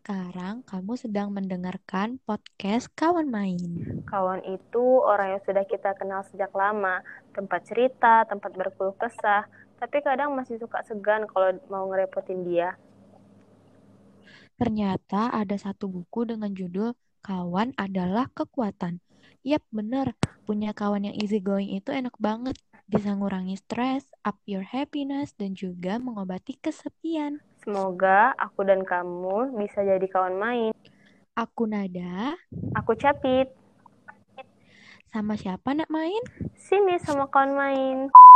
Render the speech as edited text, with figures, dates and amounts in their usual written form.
Sekarang kamu sedang mendengarkan podcast Kawan Main. Kawan itu orang yang sudah kita kenal sejak lama, tempat cerita, tempat berkeluh kesah, tapi kadang masih suka segan kalau mau ngerepotin dia. Ternyata ada satu buku dengan judul Kawan adalah Kekuatan. Yap, bener. Punya kawan yang easy going itu enak banget. Bisa ngurangi stres, up your happiness, dan juga mengobati kesepian. Semoga aku dan kamu bisa jadi kawan main. Aku Nada, Aku Capit, sama siapa nak main? sini sama kawan main.